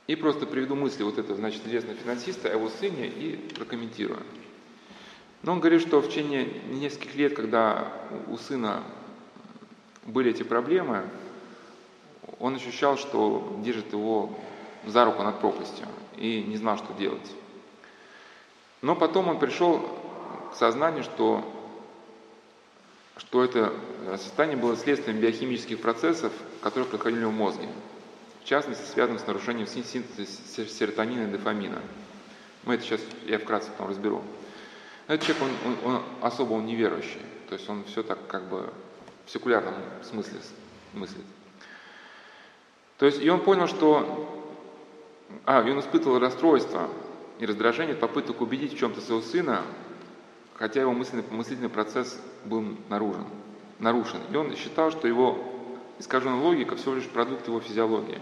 И просто приведу мысли вот этого, значит, известного финансиста о его сыне и прокомментирую. Но он говорит, что в течение нескольких лет, когда у сына были эти проблемы, он ощущал, что держит его за руку над пропастью и не знал, что делать. Но потом он пришел к сознанию, что это состояние было следствием биохимических процессов, которые происходили в мозге. В частности, связанным с нарушением синтеза серотонина и дофамина. Это сейчас я вкратце потом разберу. Этот человек, он особо неверующий, то есть он все так как бы в секулярном смысле мыслит. То есть, и он понял, что... и он испытывал расстройство и раздражение от попыток убедить в чем-то своего сына, хотя его мыслительный процесс был нарушен. И он считал, что его искаженная логика всего лишь продукт его физиологии.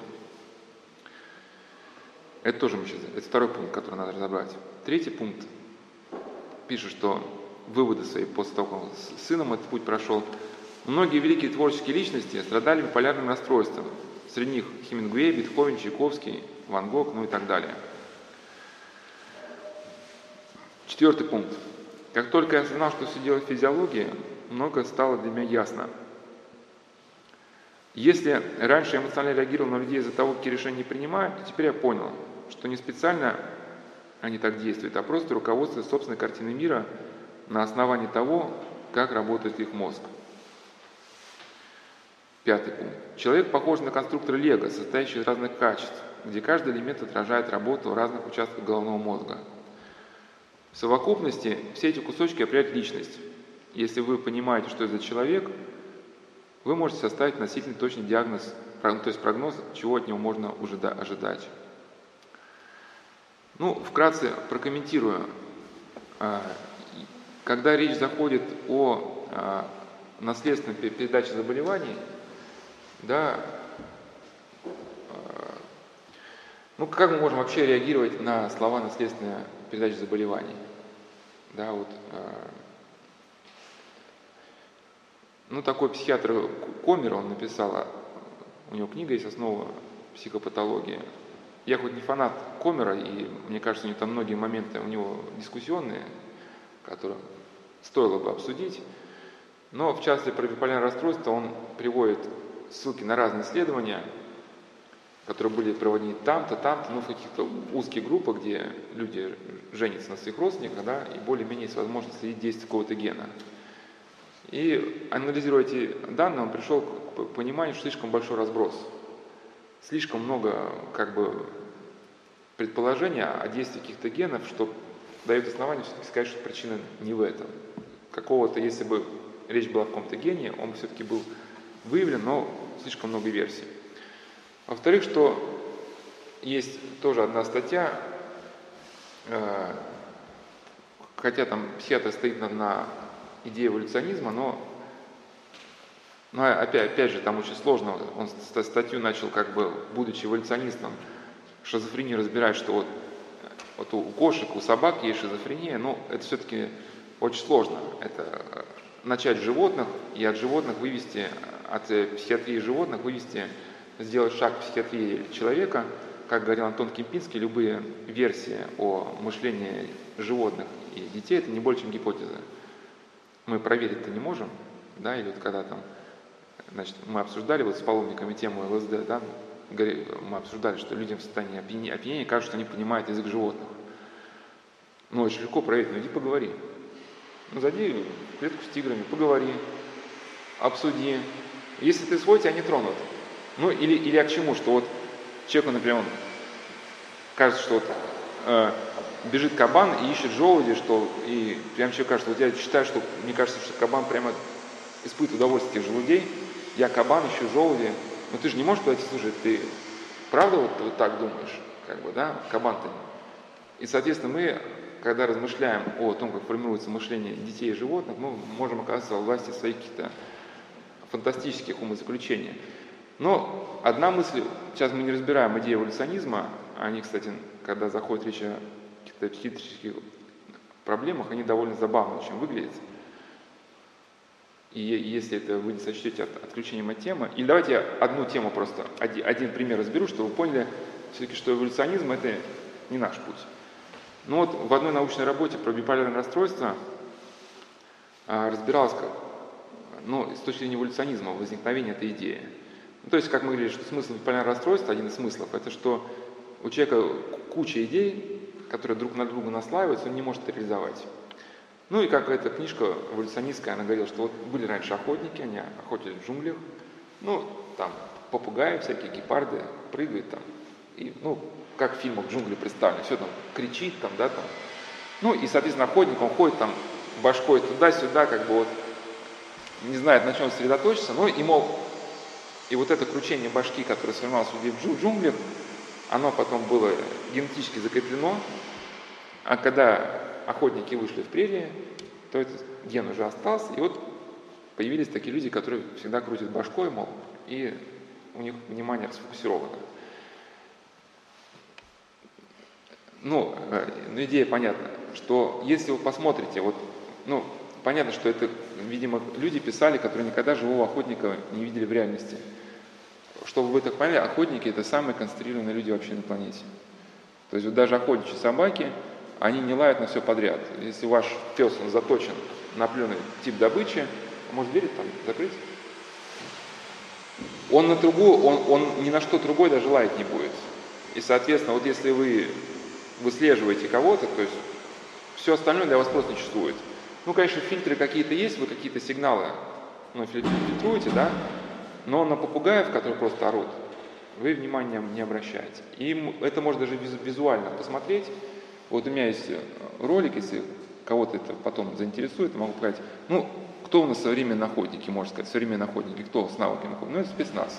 Это тоже это второй пункт, который надо разобрать. Третий пункт пишет, что выводы свои после того, как он с сыном этот путь прошел. Многие великие творческие личности страдали биполярным расстройством. Среди них Хемингуэй, Бетховен, Чайковский, Ван Гог, и так далее. Четвертый пункт. Как только я осознал, что все дело в физиологии, многое стало для меня ясно. Если раньше я эмоционально реагировал на людей из-за того, какие решения принимают, то теперь я понял, что не специально они так действуют, а просто руководствуются собственной картиной мира на основании того, как работает их мозг. Пятый пункт. Человек похож на конструктор Лего, состоящий из разных качеств, где каждый элемент отражает работу разных участков головного мозга. В совокупности все эти кусочки определяют личность. Если вы понимаете, что это за человек, вы можете составить относительно точный диагноз, то есть прогноз, чего от него можно уже ожидать. Вкратце прокомментирую. Когда речь заходит о наследственной передаче заболеваний, как мы можем вообще реагировать на слова «наследственная передача заболеваний»? Такой психиатр Комер, он написал, у него книга есть «Основа психопатологии». Я хоть не фанат Комера, и мне кажется, у него там многие моменты у него дискуссионные, которые стоило бы обсудить, но в частности про биполярное расстройство он приводит ссылки на разные исследования, которые были проведены там-то, в каких-то узких группах, где люди женятся на своих родственниках, и более-менее есть возможность следить действие какого-то гена. И анализируя эти данные, он пришел к пониманию, что слишком большой разброс. Слишком много предположений о действии каких-то генов, что дает основание все-таки сказать, что причина не в этом. Если бы речь была о каком-то гене, он бы все-таки был выявлен, но слишком много версий. Во-вторых, что есть тоже одна статья, хотя там психиатр стоит на идее эволюционизма, но опять же, там очень сложно. Он статью начал, будучи эволюционистом, шизофрению разбирать, что вот у кошек, у собак есть шизофрения, но это все-таки очень сложно. Это начать с животных и от животных вывести, от психиатрии животных сделать шаг к психиатрии человека. Как говорил Антон Кемпинский, любые версии о мышлении животных и детей – это не больше, чем гипотеза. Мы проверить-то не можем, или когда мы обсуждали с паломниками тему ЛСД, мы обсуждали, что людям в состоянии опьянения кажется, что они понимают язык животных. Очень легко проверить, иди поговори. Зайди в клетку с тиграми, поговори, обсуди. Если ты свой, тебя не тронут. Или к чему, что человеку, например, кажется, что бежит кабан и ищет желуди, и прям человек кажется, я считаю, что мне кажется, что кабан прямо испытывает удовольствие этих желудей, я кабан, ищу желуди, но ты же не можешь подойти, слушай, ты правда вот так думаешь, кабан-то. И, соответственно, мы, когда размышляем о том, как формируется мышление детей и животных, мы можем оказаться во власти своих каких-то фантастических умозаключений. Но одна мысль, сейчас мы не разбираем идеи эволюционизма, они, кстати, когда заходит речь о каких-то психических проблемах, они довольно забавно очень выглядят. И если это вы не сочтете отключением от темы, или давайте я одну тему просто, один пример разберу, чтобы вы поняли, все-таки, что эволюционизм – это не наш путь. Но вот в одной научной работе про биполярное расстройство разбиралось, с точки зрения эволюционизма, возникновения этой идеи. То есть, как мы говорили, что смысл биполярного расстройства, один из смыслов, это что у человека куча идей, которые друг на друга наслаиваются, он не может реализовать. И как эта книжка эволюционистская, она говорила, что вот были раньше охотники, они охотились в джунглях, там попугаи всякие, гепарды, прыгают там, и, как в фильмах джунгли представлены, все там кричит, и, соответственно, охотник, он ходит там башкой туда-сюда, не знает, на чем сосредоточиться, и вот это кручение башки, которое сформировалось у людей в джунглях, оно потом было генетически закреплено, а когда охотники вышли в прерии, то этот ген уже остался, и вот появились такие люди, которые всегда крутят башкой, и у них внимание расфокусировано. Идея понятна, что если вы посмотрите, понятно, что это, видимо, люди писали, которые никогда живого охотника не видели в реальности. Чтобы вы так поняли, охотники – это самые концентрированные люди вообще на планете. То есть даже охотничьи собаки, они не лают на все подряд. Если ваш пес, он заточен на определенный тип добычи, может дверь там закрыть? Он на другую, он ни на что другое даже лаять не будет. И, соответственно, вот если вы выслеживаете кого-то, то есть все остальное для вас просто не существует. Конечно, фильтры какие-то есть, вы какие-то сигналы фильтруете, да, но на попугаев, которые просто орут, вы внимания не обращаете. И это можно даже визуально посмотреть. Вот у меня есть ролик, если кого-то это потом заинтересует, я могу сказать, кто у нас современные охотники, можно сказать, современные охотники, кто с навыками охотники? Это спецназ.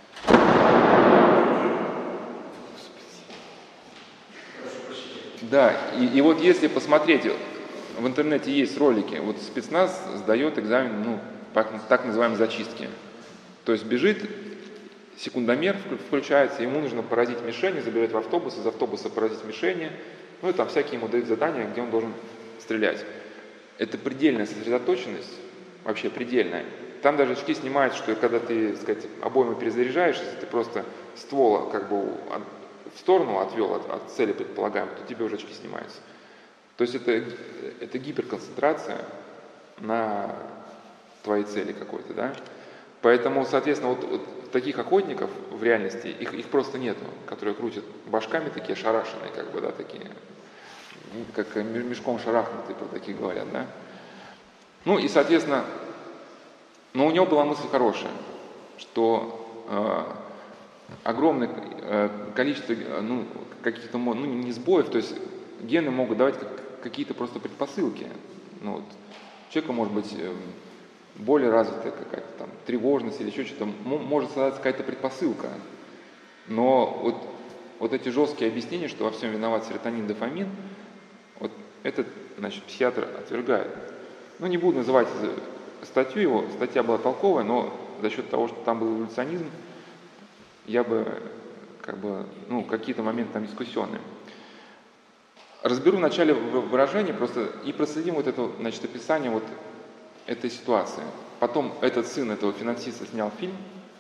Да, и вот если посмотреть, в интернете есть ролики, вот спецназ сдает экзамен, по так называемой зачистке. То есть бежит, секундомер включается, ему нужно поразить мишени, забирать в автобус, из автобуса поразить мишени, и там всякие ему дают задания, где он должен стрелять. Это предельная сосредоточенность, вообще предельная. Там даже очки снимают, что когда ты, обойму перезаряжаешь, если ты просто ствол в сторону отвел от цели предполагаемой, то тебе уже очки снимаются. То есть это гиперконцентрация на твоей цели какой-то, да? Поэтому, соответственно, вот таких охотников в реальности, их просто нету, которые крутят башками такие ошарашенные, такие, как мешком шарахнутые, про таких говорят, да? И, соответственно, но у него была мысль хорошая, что огромное количество каких-то не сбоев, то есть гены могут давать какие-то просто предпосылки. У человека может быть более развитая какая-то там тревожность или еще что-то, может создаться какая-то предпосылка. Но вот эти жесткие объяснения, что во всем виноват серотонин, дофамин, вот этот, психиатр отвергает. Не буду называть статью его, статья была толковая, но за счет того, что там был эволюционизм, я бы какие-то моменты там дискуссионные. Разберу вначале выражение просто и проследим это, описание этой ситуации. Потом этот сын этого финансиста снял фильм,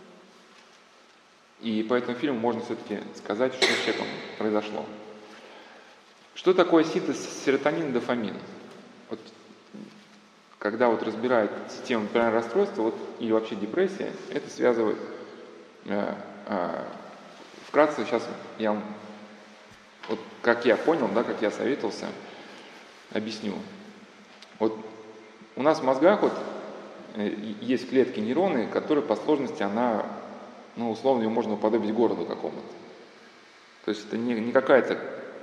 и по этому фильму можно все-таки сказать, что с человеком произошло. Что такое синтез серотонина, дофамина? Когда разбирают систему биполярного расстройства или вообще депрессия, это связывает. Вкратце сейчас я вам, как я понял, да, как я советовался, объясню. У нас в мозгах есть клетки нейроны, которые по сложности условно ее можно уподобить городу какому-то. То есть это не какая-то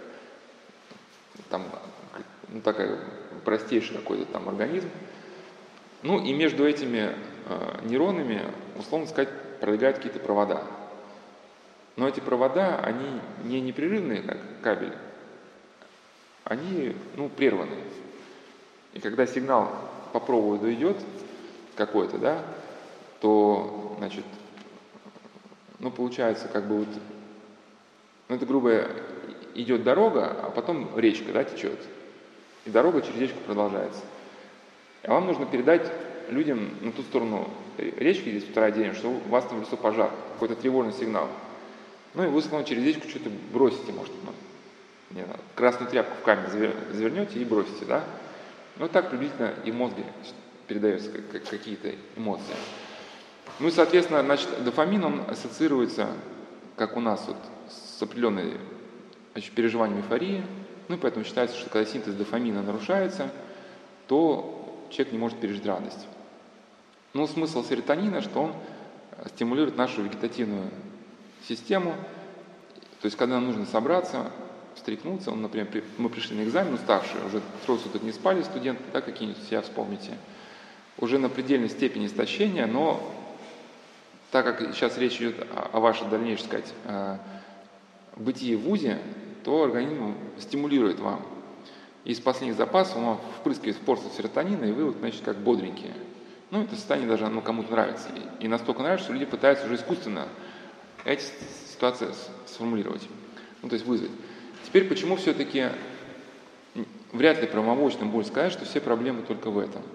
там такая простейший какой-то там организм. И между этими нейронами, условно сказать, пролегают какие-то провода. Но эти провода, они не непрерывные, как кабель, они прерванные. И когда сигнал по проводу идет какой-то, да, то, получается, это грубо идет дорога, а потом речка, да, течет. И дорога через речку продолжается. А вам нужно передать людям на ту сторону речки, здесь вторая деревня, что у вас там в лесу пожар, какой-то тревожный сигнал. Ну и вы словно через речку что-то бросите, может, не знаю, красную тряпку в камень завернете и бросите, да? Ну так приблизительно и в мозге передаются какие-то эмоции. Ну и, соответственно, значит, дофамин, он ассоциируется, как у нас, вот, с определенной, значит, переживанием эйфории. Ну и поэтому считается, что когда синтез дофамина нарушается, то человек не может пережить радость. Ну, смысл серотонина, что он стимулирует нашу вегетативную систему. То есть, когда нам нужно собраться, встряхнуться, например, мы пришли на экзамен уставшие, уже трое суток не спали студенты, да, какие-нибудь себя вспомните, уже на предельной степени истощения, но так как сейчас речь идет о вашей дальнейшей, сказать, бытии в ВУЗе, то организм стимулирует вам. Из последних запасов он впрыскивает в порцию серотонина, и вы, значит, как бодренькие. Ну, это состояние даже кому-то нравится. И настолько нравится, что люди пытаются уже искусственно эти ситуации сформулировать, ну, то есть вызвать. Теперь, почему все-таки вряд ли правомочным будет сказать, что все проблемы только в этом?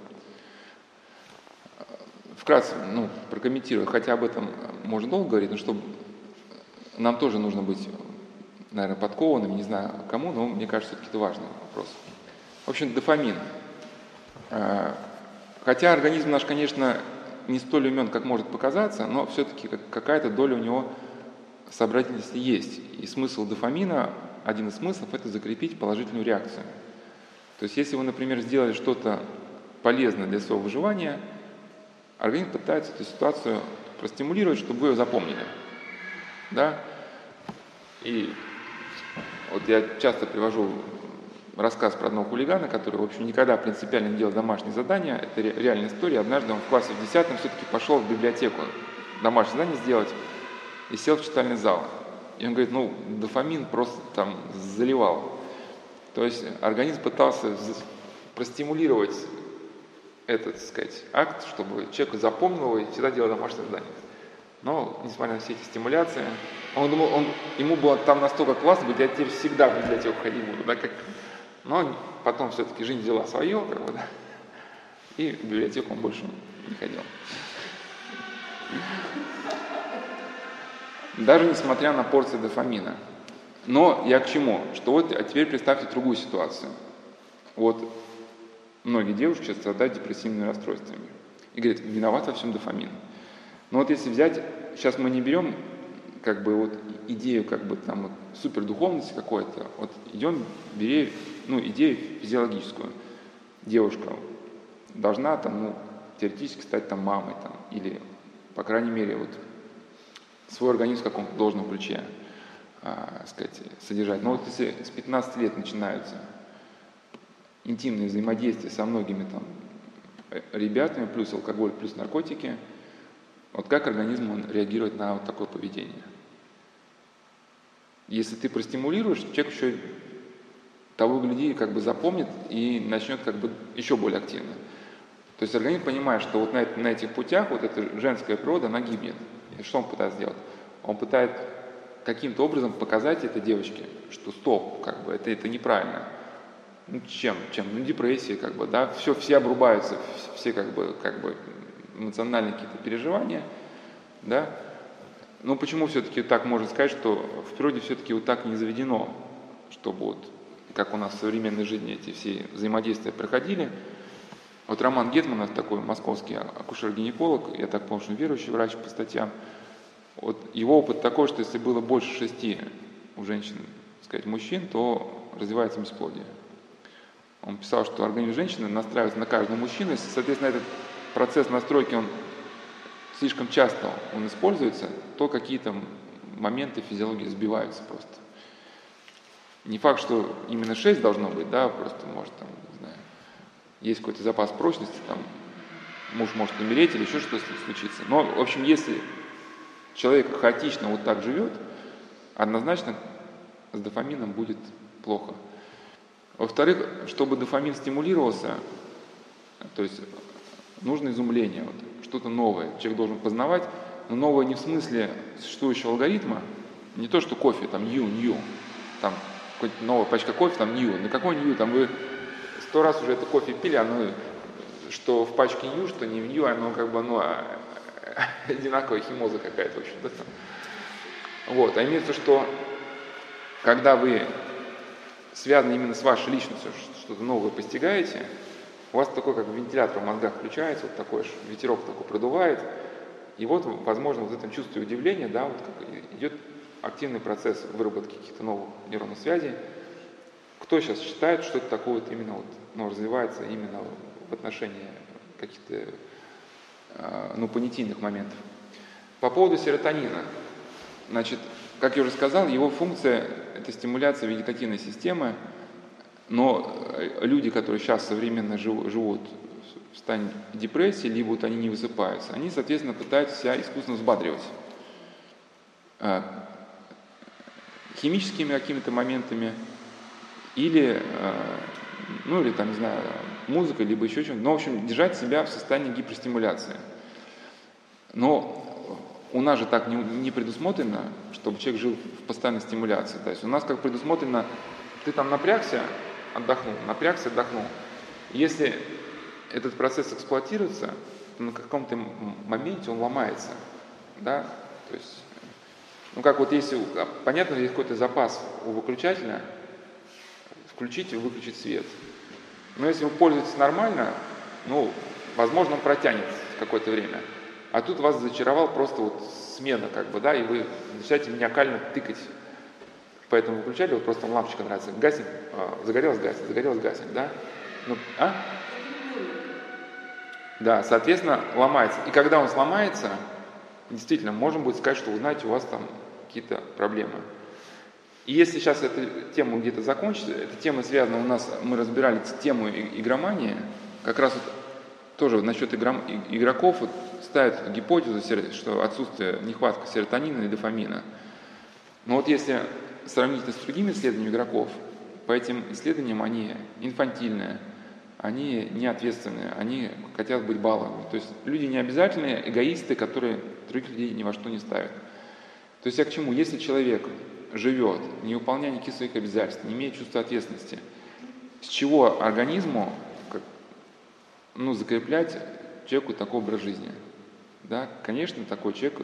Вкратце, прокомментирую, хотя об этом можно долго говорить, но чтобы нам тоже нужно быть, наверное, подкованными, не знаю кому, но мне кажется, все-таки это важный вопрос. В общем, дофамин. Хотя организм наш, конечно, не столь умен, как может показаться, но все-таки какая-то доля у него сообразительности есть. И смысл дофамина, один из смыслов, это закрепить положительную реакцию. То есть, если вы, например, сделали что-то полезное для своего выживания, организм пытается эту ситуацию простимулировать, чтобы вы ее запомнили. Да? И вот я часто привожу рассказ про одного хулигана, который, в общем, никогда принципиально не делал домашние задания. Это реальная история. Однажды он в классе в 10-м все-таки пошел в библиотеку домашнее задание сделать и сел в читальный зал. И он говорит, дофамин просто там заливал. То есть организм пытался простимулировать этот, так сказать, акт, чтобы человек запомнил его и всегда делал домашнее задание. Но, несмотря на все эти стимуляции, он думал, ему было там настолько классно, говорит, я теперь всегда в библиотеку ходить буду, да, как. Но потом все-таки жизнь взяла свое, как бы, да, и в библиотеку он больше не ходил. Даже несмотря на порции дофамина. Но я к чему? Что вот, а теперь представьте другую ситуацию. Вот многие девушки сейчас страдают депрессивными расстройствами. И говорят, виноват во всем дофамин. Но вот если взять, сейчас мы не берем как бы вот идею как бы там вот супердуховности какой-то, вот идем, бери, идею физиологическую. Девушка должна там, теоретически стать там мамой там, или, по крайней мере, вот свой организм в каком-то должном ключе, сказать, содержать. Но вот если с 15 лет начинаются интимные взаимодействия со многими там ребятами, плюс алкоголь, плюс наркотики, вот как организм он реагирует на вот такое поведение? Если ты простимулируешь, человек еще того гляди, как бы запомнит и начнет как бы еще более активно. То есть организм понимает, что вот на этих путях вот эта женская природа, она гибнет. И что он пытается сделать? Он пытается каким-то образом показать этой девочке, что стоп, как бы это неправильно. Чем? Депрессия, как бы, да, все обрубаются, все как бы эмоциональные какие-то переживания, да. Но почему все-таки так можно сказать, что в природе все-таки вот так не заведено, чтобы вот, как у нас в современной жизни эти все взаимодействия проходили. Вот Роман Гетманов, такой московский акушер-гинеколог, я так понимаю, что он верующий врач по статьям, вот его опыт такой, что если было больше 6 у женщин, так сказать, мужчин, то развивается бесплодие. Он писал, что организм женщины настраивается на каждого мужчину, если, соответственно, этот процесс настройки, он слишком часто он используется, то какие-то моменты физиологии сбиваются просто. Не факт, что именно 6 должно быть, да, просто может там, не знаю, есть какой-то запас прочности, там, муж может умереть или еще что-то случится. Но, в общем, если человек хаотично вот так живет, однозначно с дофамином будет плохо. Во-вторых, чтобы дофамин стимулировался, то есть нужно изумление, вот, что-то новое. Человек должен познавать, но новое не в смысле существующего алгоритма, не то, что кофе, там, new, там, какая-то новая пачка кофе, там, new. На какой new? Там вы 100 раз уже это кофе пили, оно, что в пачке new, что не в new, оно как бы, одинаковая химоза какая-то, в общем-то. Вот. А имеется, что когда вы связаны именно с вашей личностью, что-то новое постигаете, у вас такой, как вентилятор в мозгах включается, вот такой ветерок такой продувает, и вот, возможно, вот в этом чувстве удивления, да, вот как идет активный процесс выработки каких-то новых нейронных связей. Кто сейчас считает, что это такое вот именно вот, ну, развивается именно в отношении каких-то понятийных моментов? По поводу серотонина. Значит, как я уже сказал, его функция – это стимуляция вегетативной системы, но люди, которые сейчас современно живут в состоянии депрессии, либо вот они не высыпаются, они, соответственно, пытаются себя искусственно взбадривать химическими какими-то моментами или, или там, не знаю, музыкой, либо еще чем-то, но, в общем, держать себя в состоянии гиперстимуляции. Но у нас же так не предусмотрено, чтобы человек жил в постоянной стимуляции. То есть у нас как предусмотрено, ты там напрягся, отдохнул. Если этот процесс эксплуатируется, то на каком-то моменте он ломается. Да? То есть, как вот если, понятно, есть какой-то запас у выключателя, включить и выключить свет. Но если вы пользуетесь нормально, возможно, он протянет какое-то время. А тут вас зачаровал просто вот смена, да, и вы начинаете маниакально тыкать по этому выключателю, вот просто лампочка нравится, гаснет, загорелась, гаснет, да? Да, соответственно, ломается. И когда он сломается, действительно, можно будет сказать, что, вы знаете, у вас там какие-то проблемы. И если сейчас эту тему где-то закончить, эта тема связана у нас, мы разбирали тему игромании, как раз вот тоже насчет игроков вот, ставят гипотезу, что отсутствие, нехватка серотонина и дофамина. Но вот если сравнить это с другими исследованиями игроков, по этим исследованиям они инфантильные, они неответственные, они хотят быть баловыми. То есть люди не обязательные эгоисты, которые других людей ни во что не ставят. То есть я к чему? Если человек живет, не выполняя никаких своих обязательств, не имея чувства ответственности, с чего организму закреплять человеку такой образ жизни? Да? Конечно, такой человек,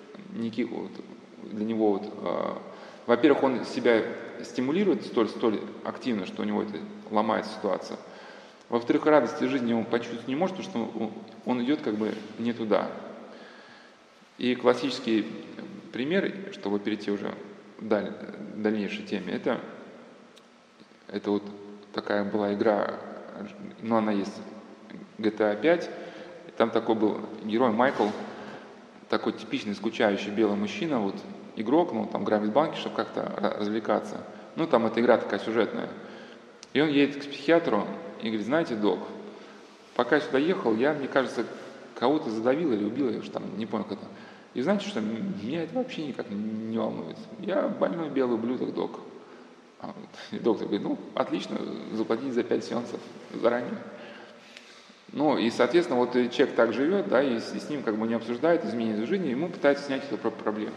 для него, во-первых, он себя стимулирует столь активно, что у него это ломает ситуация. Во-вторых, радости жизни он почувствовать не может, потому что он идет не туда. И классический пример, чтобы перейти уже к дальнейшей теме, это вот такая была игра, она есть GTA 5, там такой был герой Майкл, такой типичный скучающий белый мужчина, игрок, там грабит банки, чтобы как-то развлекаться. Там эта игра такая сюжетная. И он едет к психиатру и говорит: знаете, док, пока я сюда ехал, мне кажется, кого-то задавил или убил, я уж не понял как это. И знаете что, меня это вообще никак не волнует. Я больной белый ублюдок, док. И доктор говорит: отлично, заплатите за 5 сеансов заранее. И, соответственно, человек так живет, да, и с ним не обсуждает изменения в жизни, ему пытаются снять эту проблему.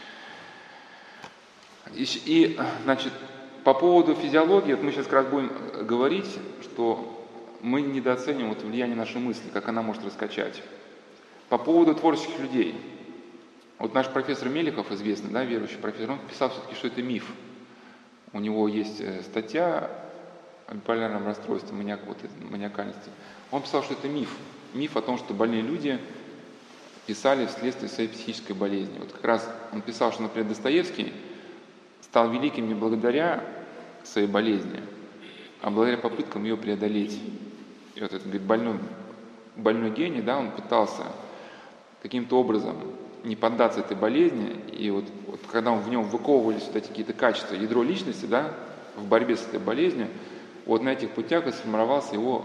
И, значит, по поводу физиологии, мы сейчас как раз будем говорить, что мы недооцениваем влияние нашей мысли, как она может раскачать. По поводу творческих людей. Наш профессор Мелехов, известный, да, верующий профессор, он писал все-таки, что это миф. У него есть статья о биполярном расстройстве, маниакальности. Он писал, что это миф. Миф о том, что больные люди писали вследствие своей психической болезни. Как раз он писал, что, например, Достоевский стал великим не благодаря своей болезни, а благодаря попыткам ее преодолеть. И этот, говорит, больной гений, да, он пытался каким-то образом не поддаться этой болезни, и когда в нем выковывались эти какие-то качества, ядро личности, да, в борьбе с этой болезнью, на этих путях и сформировался его,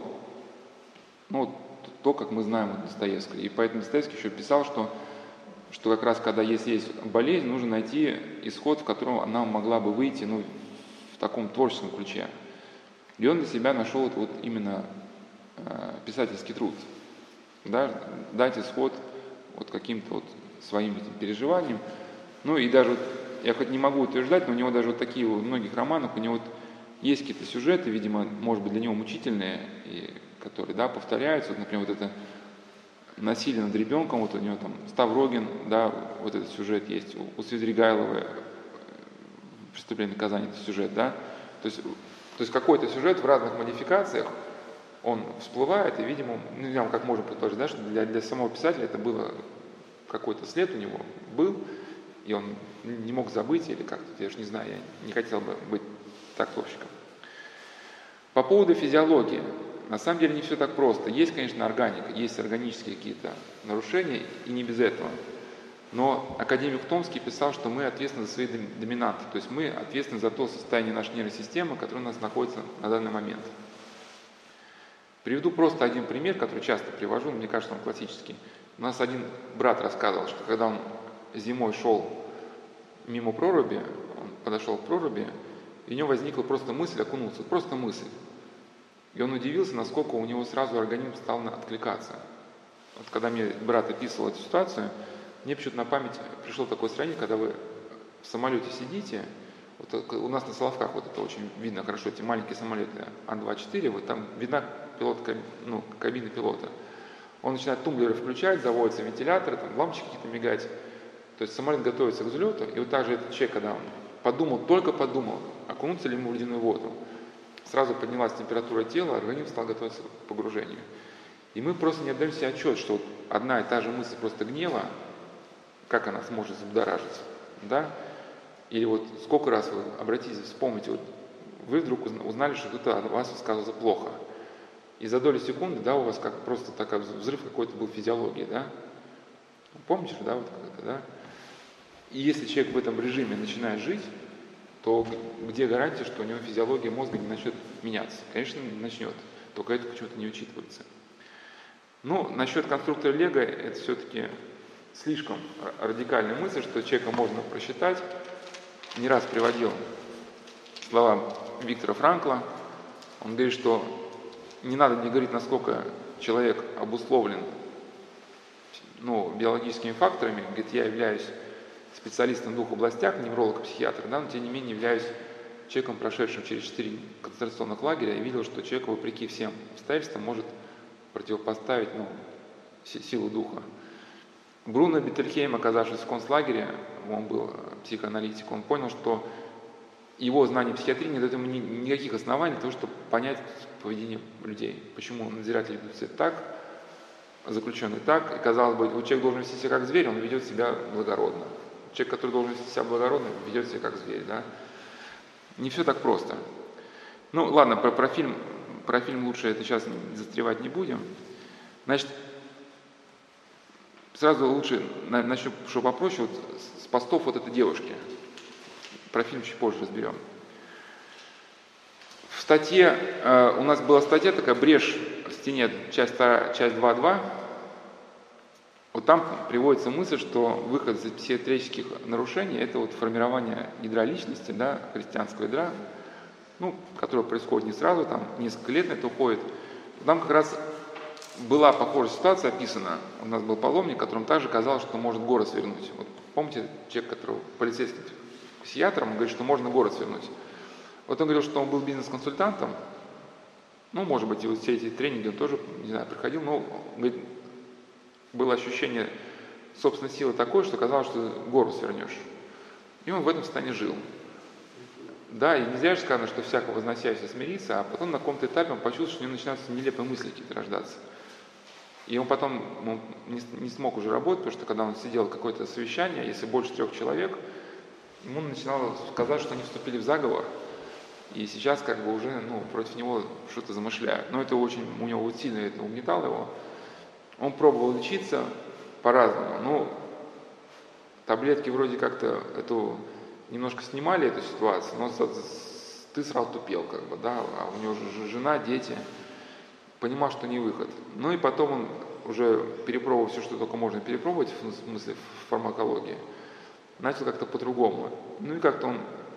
то, как мы знаем Достоевского. И поэтому Достоевский еще писал, что как раз когда есть болезнь, нужно найти исход, в котором она могла бы выйти, в таком творческом ключе. И он для себя нашел именно писательский труд. Да, дать исход каким-то своим этим переживаниям. И даже, я хоть не могу утверждать, но у него даже такие, в многих романах, у него есть какие-то сюжеты, видимо, может быть, для него мучительные, и которые, да, повторяются. Например, это насилие над ребенком, вот у него там Ставрогин, да, вот этот сюжет есть, у Свидригайловой «Преступление и наказание» это сюжет, да, то есть какой-то сюжет в разных модификациях, он всплывает, и, видимо, ну, как можно предположить, да, что для самого писателя это было какой-то след у него был, и он не мог забыть или как-то, я же не знаю, я не хотел бы быть трактовщиком. По поводу физиологии. На самом деле не все так просто. Есть, конечно, органика, есть органические какие-то нарушения, и не без этого. Но академик Томский писал, что мы ответственны за свои доминанты, то есть мы ответственны за то состояние нашей нервной системы, которое у нас находится на данный момент. Приведу просто один пример, который часто привожу, но мне кажется, он классический. У нас один брат рассказывал, что когда он зимой шел мимо проруби, он подошел к проруби, и у него возникла просто мысль окунуться, просто мысль. И он удивился, насколько у него сразу организм стал откликаться. Вот когда мне брат описывал эту ситуацию, мне почему-то на память пришло такое состояние, когда вы в самолете сидите, вот у нас на Соловках вот это очень видно хорошо, эти маленькие самолеты Ан-24, вот там видна кабина пилота. Он начинает тумблеры включать, заводятся вентиляторы, там лампочки какие-то мигать. То есть самолет готовится к взлету, и вот так же этот человек, когда он только подумал, окунуться ли ему в ледяную воду, сразу поднялась температура тела, организм стал готовиться к погружению. И мы просто не отдаем себе отчет, что вот одна и та же мысль просто гнева, как она сможет взбудоражить, да? Или вот сколько раз вы обратитесь, вспомните, вот вы вдруг узнали, что кто-то о вас высказывался плохо. И за долю секунды, да, у вас как просто такой взрыв какой-то был в физиологии, да? Помните же, да, вот как-то, да? И если человек в этом режиме начинает жить, то где гарантия, что у него физиология мозга не начнет меняться? Конечно, не начнет, только это почему-то не учитывается. Ну, насчет конструктора Лего, это все-таки слишком радикальная мысль, что человека можно просчитать. Не раз приводил слова Виктора Франкла. Он говорит, что не надо мне говорить, насколько человек обусловлен биологическими факторами. Говорит, я являюсь специалистом в двух областях, невролог, психиатр, да, но тем не менее являюсь человеком, прошедшим через 4 концентрационных лагеря, и видел, что человек, вопреки всем обстоятельствам, может противопоставить силу духа. Бруно Беттельхейм, оказавшись в концлагере, он был психоаналитик, он понял, что его знание психиатрии не дает ему никаких оснований для того, чтобы понять поведение людей. Почему надзиратели ведут себя так, заключенный так, и, казалось бы, человек должен вести себя как зверь, он ведет себя благородно. Человек, который должен вести себя благородно, ведет себя как зверь, да? Не все так просто. Ну, ладно, про фильм лучше это сейчас застревать не будем. Значит, сразу лучше начну, что попроще, вот с постов вот этой девушки. Про фильм чуть позже разберем. В статье, у нас была статья такая «Брешь в стене», часть 2.2. Вот там приводится мысль, что выход из психиатрических нарушений – это вот формирование ядра личности, да, христианского ядра, которое происходит не сразу, там несколько лет на это уходит. Там как раз была похожая ситуация описана. У нас был паломник, которому также казалось, что может город свернуть. Вот помните, человек, которого полицейский психиатром, он говорит, что можно город свернуть. Вот он говорил, что он был бизнес-консультантом, может быть, и вот все эти тренинги он тоже, не знаю, проходил, но, говорит, было ощущение собственной силы такое, что казалось, что гору свернешь. И он в этом состоянии жил. Да, и нельзя же сказать, что всякого возносящего смириться, а потом на каком-то этапе он почувствовал, что у него начинаются нелепые мысли какие-то рождаться. И он потом не смог уже работать, потому что когда он сидел какое-то совещание, если больше 3 человек, ему начинало казаться, что они вступили в заговор, и сейчас как бы уже против него что-то замышляют. Но это очень, у него вот сильно это угнетало его. Он пробовал лечиться по-разному. Таблетки вроде как-то немножко снимали эту ситуацию, но ты сразу тупел, как бы, да, а у него же жена, дети. Понимал, что не выход. И потом он уже перепробовал все, что только можно перепробовать, в смысле в фармакологии, начал как-то по-другому. И как-то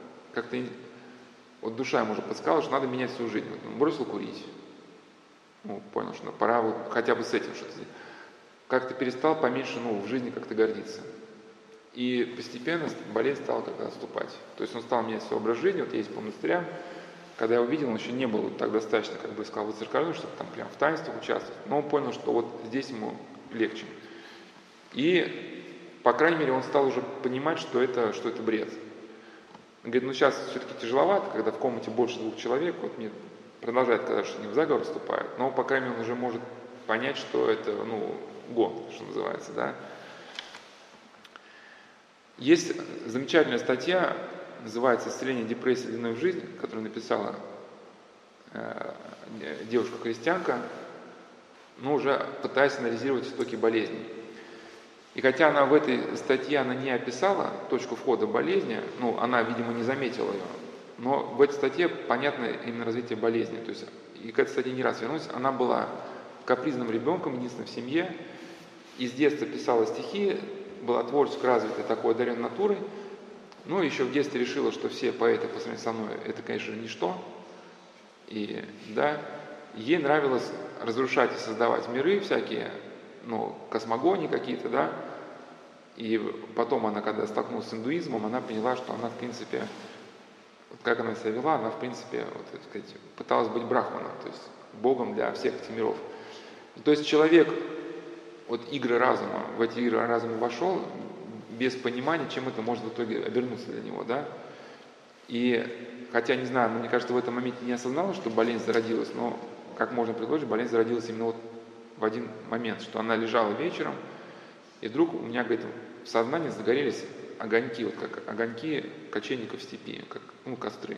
вот душа ему уже подсказала, что надо менять свою жизнь. Он бросил курить. Понял, что пора вот хотя бы с этим что-то сделать. Как-то перестал поменьше, в жизни как-то гордиться. И постепенно болезнь стала как-то отступать. То есть он стал менять свой образ жизни. Вот я есть по монастырям. Когда я увидел, он еще не был так достаточно, как бы сказал, выцерковлен, чтобы там прям в таинствах участвовать. Но он понял, что вот здесь ему легче. И, по крайней мере, он стал уже понимать, что это бред. Он говорит, ну сейчас все-таки тяжеловато, когда в комнате больше 2 человек, вот мне продолжает казаться, что они в заговор вступают, но, по крайней мере, он уже может понять, что это, гон, что называется, да. Есть замечательная статья, называется «Исцеление депрессии длиной в жизнь», которую написала девушка-христианка, но уже пытаясь анализировать истоки болезней. И хотя она в этой статье не описала точку входа болезни, она, видимо, не заметила ее, но в этой статье понятно именно развитие болезни. То есть, и к этой статье не раз вернусь, она была капризным ребенком, единственным в семье, и с детства писала стихи, была творчески развитой, такой одаренной натурой, еще в детстве решила, что все поэты по сравнению со мной это, конечно же, ничто. И, да, ей нравилось разрушать и создавать миры всякие, космогонии какие-то, да. И потом она, когда столкнулась с индуизмом, она поняла, что она, в принципе, как она себя вела, она, в принципе, так сказать, пыталась быть брахманом, то есть богом для всех этих миров. То есть человек, игры разума, в эти игры разума вошел без понимания, чем это может в итоге обернуться для него, да. И, хотя, не знаю, мне кажется, в этом моменте не осознала, что болезнь зародилась, но, как можно предложить, болезнь зародилась именно в один момент, что она лежала вечером, и вдруг у меня, говорит, в сознании загорелись огоньки, как огоньки кочевников в степи, как костры.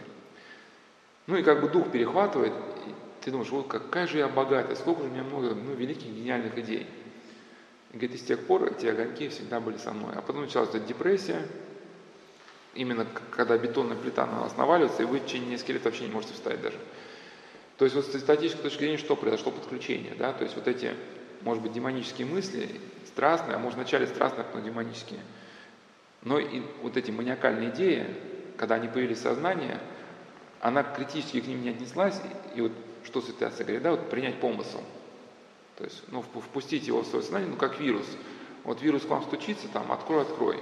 И как бы дух перехватывает, и ты думаешь, какая же я богатая, сколько же у меня много великих, гениальных идей. И говорит, и с тех пор эти огоньки всегда были со мной. А потом началась эта депрессия, именно когда бетонная плита на вас наваливается, и вы в течение нескольких лет вообще не можете встать даже. То есть с статической точки зрения что произошло? Подключение, да, то есть эти, может быть, демонические мысли, страстные, а может вначале страстные, но демонические. Но и эти маниакальные идеи, когда они появились в сознании, она критически к ним не отнеслась, и что ситуация говорит, да, принять помысл. То есть, впустить его в свое сознание, как вирус. Вирус к вам стучится, открой.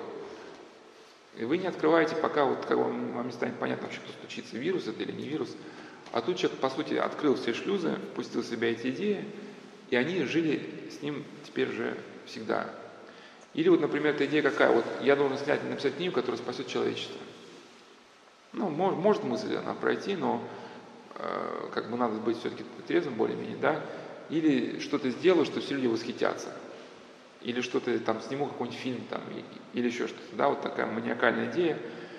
И вы не открываете, пока вам не станет понятно вообще, кто стучится, вирус это или не вирус. А тут человек, по сути, открыл все шлюзы, впустил в себя эти идеи, и они жили с ним теперь уже всегда. Или например, эта идея какая? Я должен написать книгу, которая спасет человечество. Может мысль она пройти, но надо быть все-таки трезвым более-менее, да? Или что-то сделаю, что все люди восхитятся. Или что-то сниму какой-нибудь фильм или еще что-то, да, такая маниакальная идея.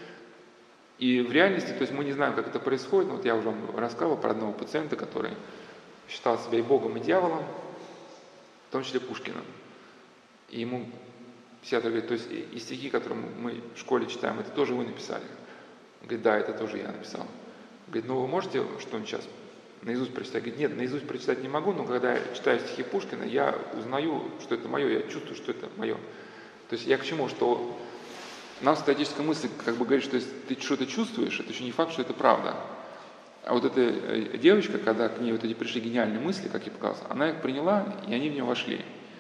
И в реальности, то есть мы не знаем, как это происходит, но я уже вам рассказывал про одного пациента, который считал себя и Богом, и дьяволом, в том числе Пушкиным. И ему психиатр говорит, то есть и стихи, которые мы в школе читаем, это тоже вы написали? Он говорит, да, это тоже я написал. Он говорит, вы можете что-нибудь сейчас наизусть прочитать? Говорит, нет, наизусть прочитать не могу, но когда я читаю стихи Пушкина, я узнаю, что это мое, я чувствую, что это мое. То есть я к чему, что нам статическая мысль говорит, что если ты что-то чувствуешь, это еще не факт, что это правда. А эта девочка, когда к ней эти пришли гениальные мысли, как ей показалось, она их приняла, и они в нее вошли.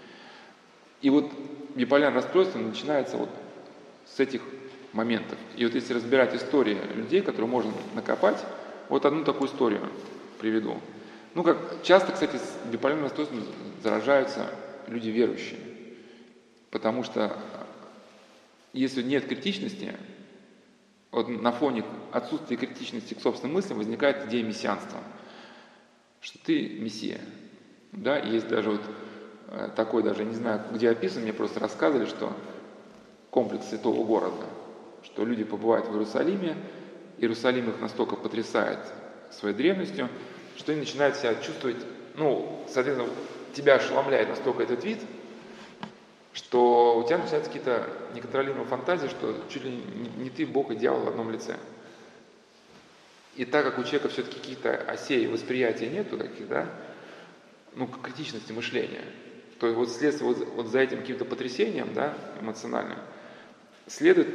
И биполярное расстройство начинается с этих моментов. И если разбирать истории людей, которые можно накопать, одну такую историю приведу. Часто, кстати, с биполярным расстройством заражаются люди верующие. Потому что если нет критичности, на фоне отсутствия критичности к собственным мыслям возникает идея мессианства. Что ты мессия. Да, и есть даже такой, даже не знаю, где описан, мне просто рассказывали, что комплекс святого города, что люди побывают в Иерусалиме, Иерусалим их настолько потрясает своей древностью, что они начинают себя чувствовать, соответственно, тебя ошеломляет настолько этот вид, что у тебя начинаются какие-то неконтролируемые фантазии, что чуть ли не ты, Бог и дьявол в одном лице. И так как у человека все-таки каких-то осей восприятия нету таких, да, критичности мышления, то следствие за этим каким-то потрясением, да, эмоциональным, следует,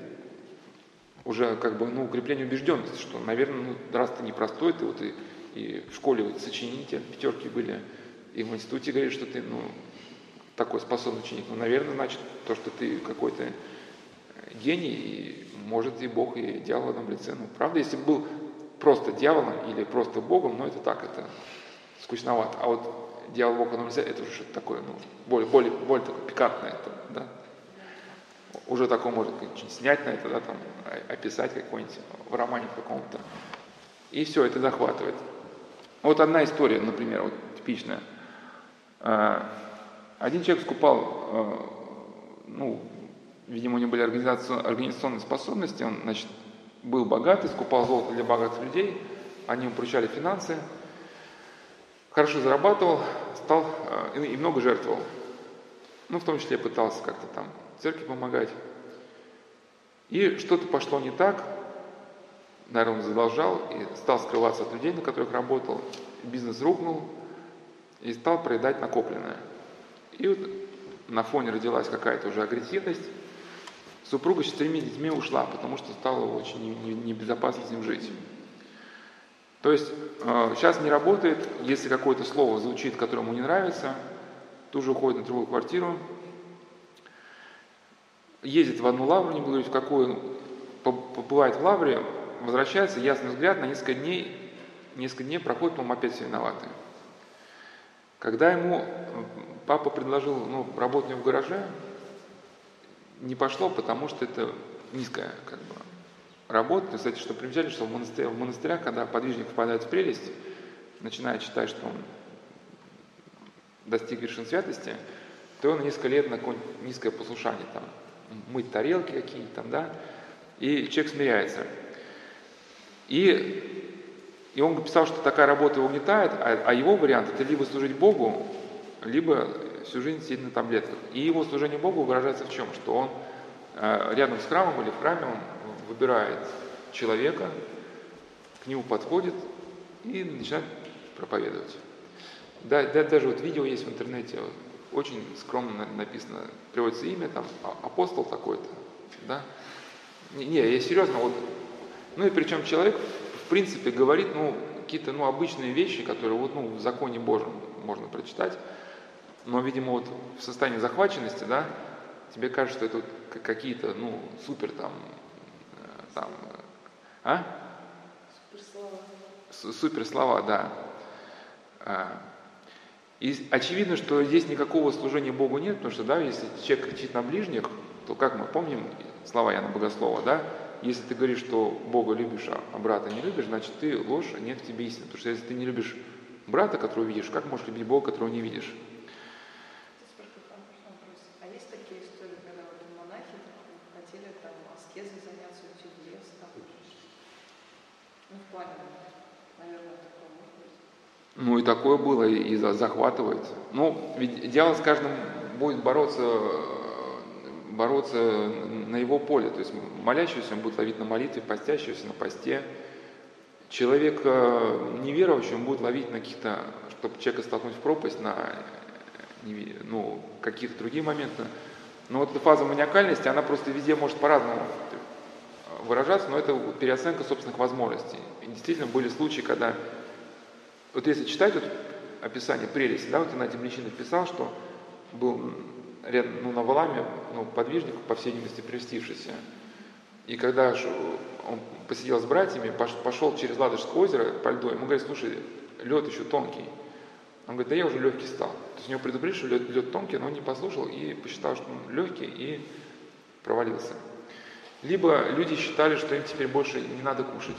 уже укрепление убежденности, что, наверное, раз ты непростой, ты и в школе сочинения 5 были, и в институте говоришь, что ты, такой способный ученик. Наверное, значит, то, что ты какой-то гений, и может и Бог, и дьявол в одном лице. Правда, если бы был просто дьяволом или просто Богом, это так, это скучновато. А дьявол Бог на лице, это уже что-то такое, ну, более такое пикантное, это, да. Уже такое может что-нибудь снять на это, да, там, описать какой-нибудь в романе каком-то. И все, это захватывает. Вот одна история, например, вот типичная. Один человек скупал, ну, видимо, у него были организационные способности, он, значит, был богатый, скупал золото для богатых людей, они ему поручали финансы, хорошо зарабатывал, стал и много жертвовал. Ну, в том числе пытался как-то там церкви помогать. И что-то пошло не так, наверное, он задолжал и стал скрываться от людей, на которых работал, бизнес рухнул и стал проедать накопленное. И вот на фоне родилась какая-то уже агрессивность. Супруга с 4 детьми ушла, потому что стало очень небезопасно с ним жить. То есть сейчас не работает, если какое-то слово звучит, которое ему не нравится, тут же уходит на другую квартиру, ездит в одну лавру, не буду говорить в какую, побывает в лавре, возвращается, ясный взгляд, на несколько дней проходит, по-моему, опять все виноваты. Когда ему папа предложил работать у него в гараже, не пошло, потому что это низкая как бы работа. Кстати, что примечательно, что в монастырях, когда подвижник впадает в прелесть, начинает считать, что он достиг вершин святости, то он на несколько лет на какое-нибудь низкое послушание, там, мыть тарелки какие-нибудь там, да, и человек смиряется. И он писал, что такая работа его угнетает, а его вариант – это либо служить Богу, либо всю жизнь сидеть на таблетках. И его служение Богу выражается в чем? Что он рядом с храмом или в храме он выбирает человека, к нему подходит и начинает проповедовать. Да, даже вот видео есть в интернете, очень скромно написано, приводится имя, там, апостол такой-то, да. Не, я серьезно, вот, ну и причем человек, в принципе, говорит, какие-то, обычные вещи, которые, в законе Божьем можно прочитать, но, видимо, вот в состоянии захваченности, да, тебе кажется, что это вот какие-то, супер Супер слова, да. И очевидно, что здесь никакого служения Богу нет, потому что, да, если человек кричит на ближних, то, как мы помним слова Иоанна Богослова, да, если ты говоришь, что Бога любишь, а брата не любишь, значит, ты ложь, нет в тебе истины. Потому что если ты не любишь брата, которого видишь, как можешь любить Бога, которого не видишь? А есть такие истории, когда монахи хотели там аскезой заняться, уйти в лес, там, в плане, наверное, такое может быть. И такое было, и захватывает. Ведь дьявол с каждым будет бороться на его поле. То есть молящийся он будет ловить на молитве, постящийся на посте. Человек неверующий он будет ловить на каких-то, чтобы человека столкнуть в пропасть, на какие-то другие моменты. Но вот эта фаза маниакальности, она просто везде может по-разному выражаться, но это переоценка собственных возможностей. И действительно были случаи, когда, вот если читать описание прелести, да, вот Игнатий Млечинов писал, что был рядом, на Валаме, подвижник, по всей видимости, прельстившийся. И когда он посидел с братьями, пошел через Ладожское озеро по льду, ему говорят, слушай, лед еще тонкий. Он говорит, да я уже легкий стал. То есть у него предупредили, что лед тонкий, но он не послушал и посчитал, что он легкий, и провалился. Либо люди считали, что им теперь больше не надо кушать,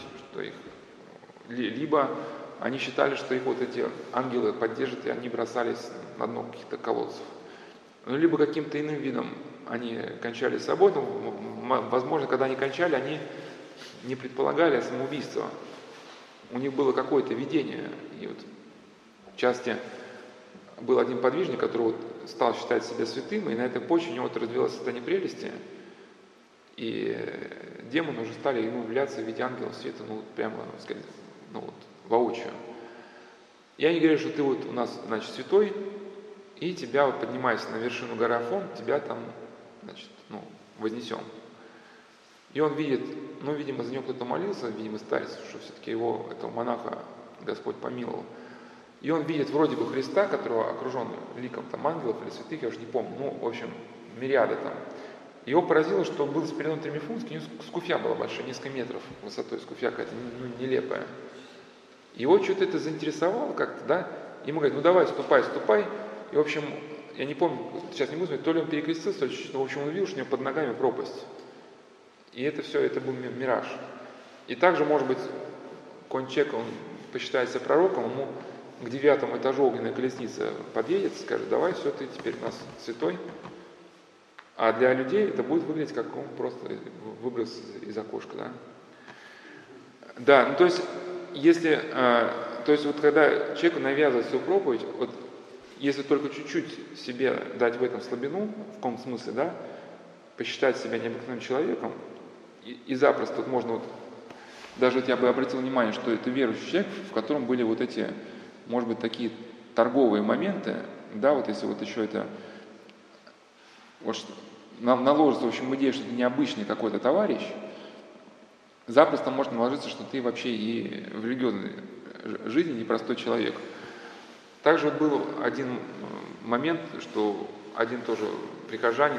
либо они считали, что их вот эти ангелы поддержат, и они бросались на дно каких-то колодцев. Либо каким-то иным видом они кончали с собой, возможно, когда они кончали, они не предполагали самоубийство. У них было какое-то видение. И вот в части был один подвижник, который стал считать себя святым, и на этой почве у него развилось состояние прелести, и демоны уже стали ему являться в виде ангелов света, прямо, сказать, воочию. И они говорят, что ты у нас, значит, святой, и тебя поднимаясь на вершину горы Афон, тебя там, значит, вознесем. И он видит, видимо, за него кто-то молился, видимо, старец, что все-таки этого монаха Господь помиловал. И он видит вроде бы Христа, которого окружен ликом там ангелов или святых, я уже не помню, в общем, мириады там. Его поразило, что он был спеленен 3 фунтами, у него скуфья была большая, несколько метров высотой, скуфья какая-то нелепая. Его что-то это заинтересовало как-то, да, ему говорят, ну давай, ступай. И, в общем, я не помню, сейчас не буду смотреть, то ли он перекрестился, то ли чуть-чуть, но, в общем, он увидел, что у него под ногами пропасть. И это все, это был мираж. И также, может быть, какой-нибудь человек, он посчитает себя пророком, ему к 9 этажу огненная колесница подъедет, скажет, давай, все, ты теперь у нас святой. А для людей это будет выглядеть как он просто выброс из окошка, да. Да, ну то есть, если, то есть вот когда человеку навязывают свою проповедь, вот если только чуть-чуть себе дать в этом слабину, в каком смысле, да, посчитать себя необыкновенным человеком, и запросто вот можно вот, даже вот я бы обратил внимание, что это верующий человек, в котором были вот эти, может быть, такие торговые моменты, да, вот если вот еще это, вот наложится, в общем, идея, что ты необычный какой-то товарищ, запросто может наложиться, что ты вообще и в религиозной жизни непростой человек. Также вот был один момент, что один тоже прихожанин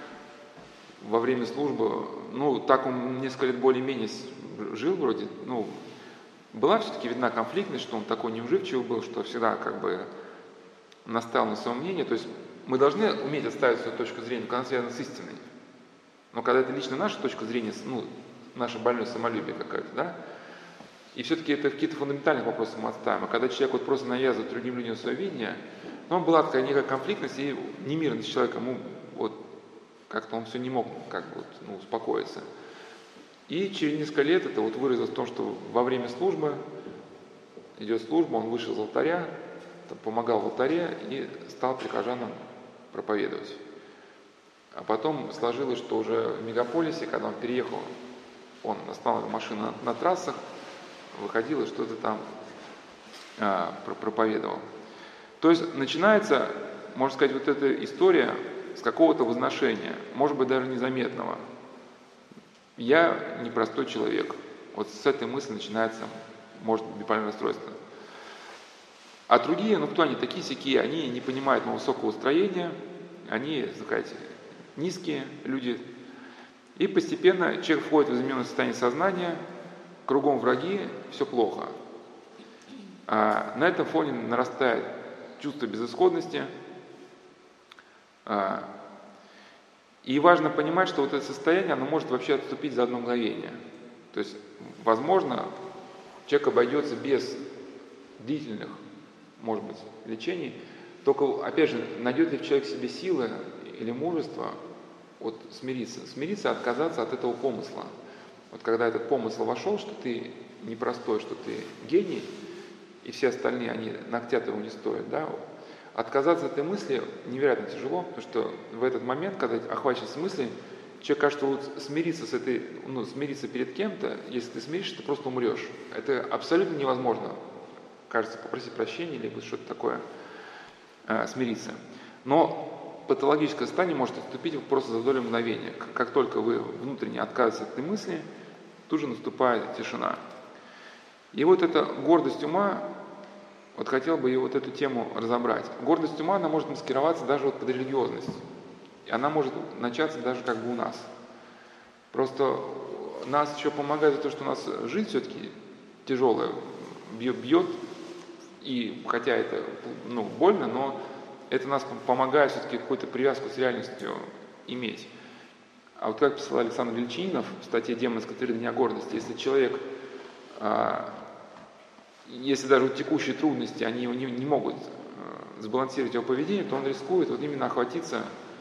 во время службы, ну, так он несколько лет более-менее жил вроде, ну, была все-таки видна конфликтность, что он такой неуживчивый был, что всегда как бы настаивал на своем мнении. То есть мы должны уметь отставить свою точку зрения, когда она связана с истиной. Но когда это лично наша точка зрения, ну, наше больное самолюбие какое-то, да, и все-таки это какие-то фундаментальные вопросы мы отставим. А когда человек вот просто навязывает другим людям свое видение, ну, была такая некая конфликтность и немирность человека, ему вот как-то он все не мог как бы вот, ну, успокоиться. И через несколько лет это вот выразилось в том, что во время службы, идет служба, он вышел из алтаря, помогал в алтаре и стал прихожанам проповедовать. А потом сложилось, что уже в мегаполисе, когда он переехал, он останавливал машины на трассах, выходил и что-то там проповедовал. То есть начинается, можно сказать, вот эта история с какого-то возношения, может быть, даже незаметного. Я непростой человек. Вот с этой мысли начинается, может быть, биполярное расстройство. А другие, ну кто они, такие-сякие, они не понимают моего высокого строения, они, так сказать, низкие люди. И постепенно человек входит в измененное состояние сознания, кругом враги, все плохо. А на этом фоне нарастает чувство безысходности. И важно понимать, что вот это состояние, оно может вообще отступить за одно мгновение. То есть, возможно, человек обойдется без длительных, может быть, лечений, только, опять же, найдет ли человек в себе силы или мужество вот смириться. Смириться, отказаться от этого помысла. Вот когда этот помысл вошел, что ты непростой, что ты гений, и все остальные, они ногтят его не стоят, да, отказаться от этой мысли невероятно тяжело, потому что в этот момент, когда охвачивается мыслью, человек кажется, вот смириться с этой, ну, смириться перед кем-то, если ты смиришься, ты просто умрешь. Это абсолютно невозможно. Кажется, попросить прощения, либо что-то такое, смириться. Но патологическое состояние может отступить просто за долю мгновения. Как только вы внутренне отказываетесь от этой мысли, тут же наступает тишина. И вот эта гордость ума, вот хотел бы и вот эту тему разобрать. Гордость ума, она может маскироваться даже вот под религиозность. И она может начаться даже как бы у нас. Просто нас еще помогает то, что у нас жизнь все-таки тяжелая, бьет, и хотя это, ну, больно, но это нас помогает все-таки какую-то привязку с реальностью иметь. А вот как писал Александр Ильчининов в статье «Демонская твердыня гордости», если человек, если даже текущие трудности, они его не могут сбалансировать его поведение, то он рискует вот именно охватиться,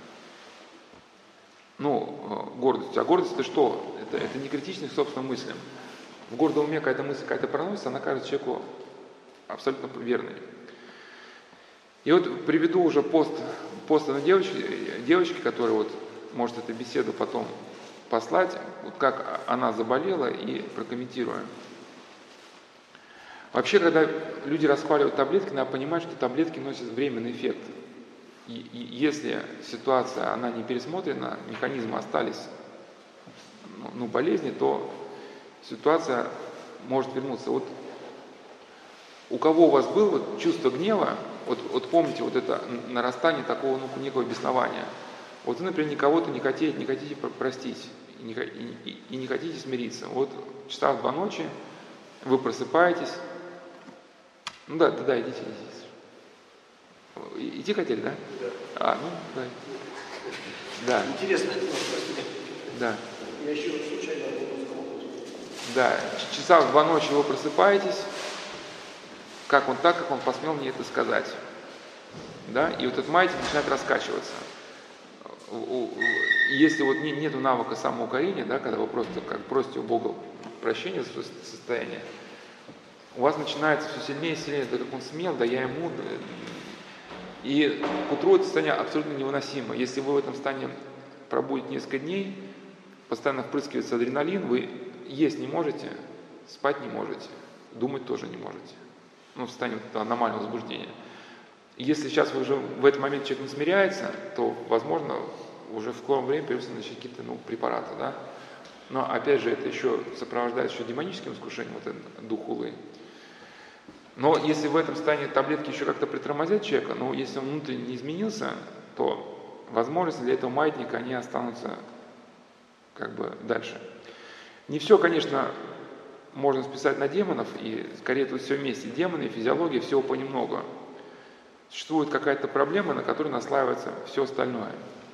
ну, гордостью. А гордость — это что? Это не критичность к собственным мыслям. В гордом уме какая-то мысль какая-то проносится, она кажется человеку абсолютно верной. И вот приведу уже пост одной девочки, которая вот может эту беседу потом послать, вот как она заболела, и прокомментируем. Вообще, когда люди расхваливают таблетки, надо понимать, что таблетки носят временный эффект. И если ситуация, она не пересмотрена, механизмы остались, ну, болезни, то ситуация может вернуться. Вот у кого у вас было вот чувство гнева, вот помните вот это нарастание такого, ну, некого беснования. Вот вы, например, никого-то не хотите простить, и не хотите смириться. Вот часа в 2 ночи вы просыпаетесь. Ну да, идите. Идти хотели, да? Да. Ну, да. Да. Интересно. Да. Я еще случайно вопрос. Да. Часа в 2 ночи вы просыпаетесь, как он посмел мне это сказать. Да? И вот этот маятник начинает раскачиваться. Если вот нету навыка самоукорения, да, когда вы просто как просите у Бога прощения за свое состояние, у вас начинается все сильнее и сильнее, да как он смел, да я ему. И к утру это состояние абсолютно невыносимо. Если вы в этом состоянии пробудете несколько дней, постоянно впрыскивается адреналин, вы есть не можете, спать не можете, думать тоже не можете. Ну, в состоянии вот аномального возбуждения. Если сейчас вы уже в этот момент человек не смиряется, то, возможно, уже в скором времени придется начать какие-то препараты, да? Но, опять же, это еще сопровождается еще демоническим искушением, вот этот дух хулы. Но если в этом состоянии таблетки еще как-то притормозят человека, но если он внутренне не изменился, то возможности для этого маятника, они останутся как бы дальше. Не все, конечно, можно списать на демонов, и скорее тут все вместе. Демоны, физиология, всего понемногу. Существует какая-то проблема, на которую наслаивается все остальное.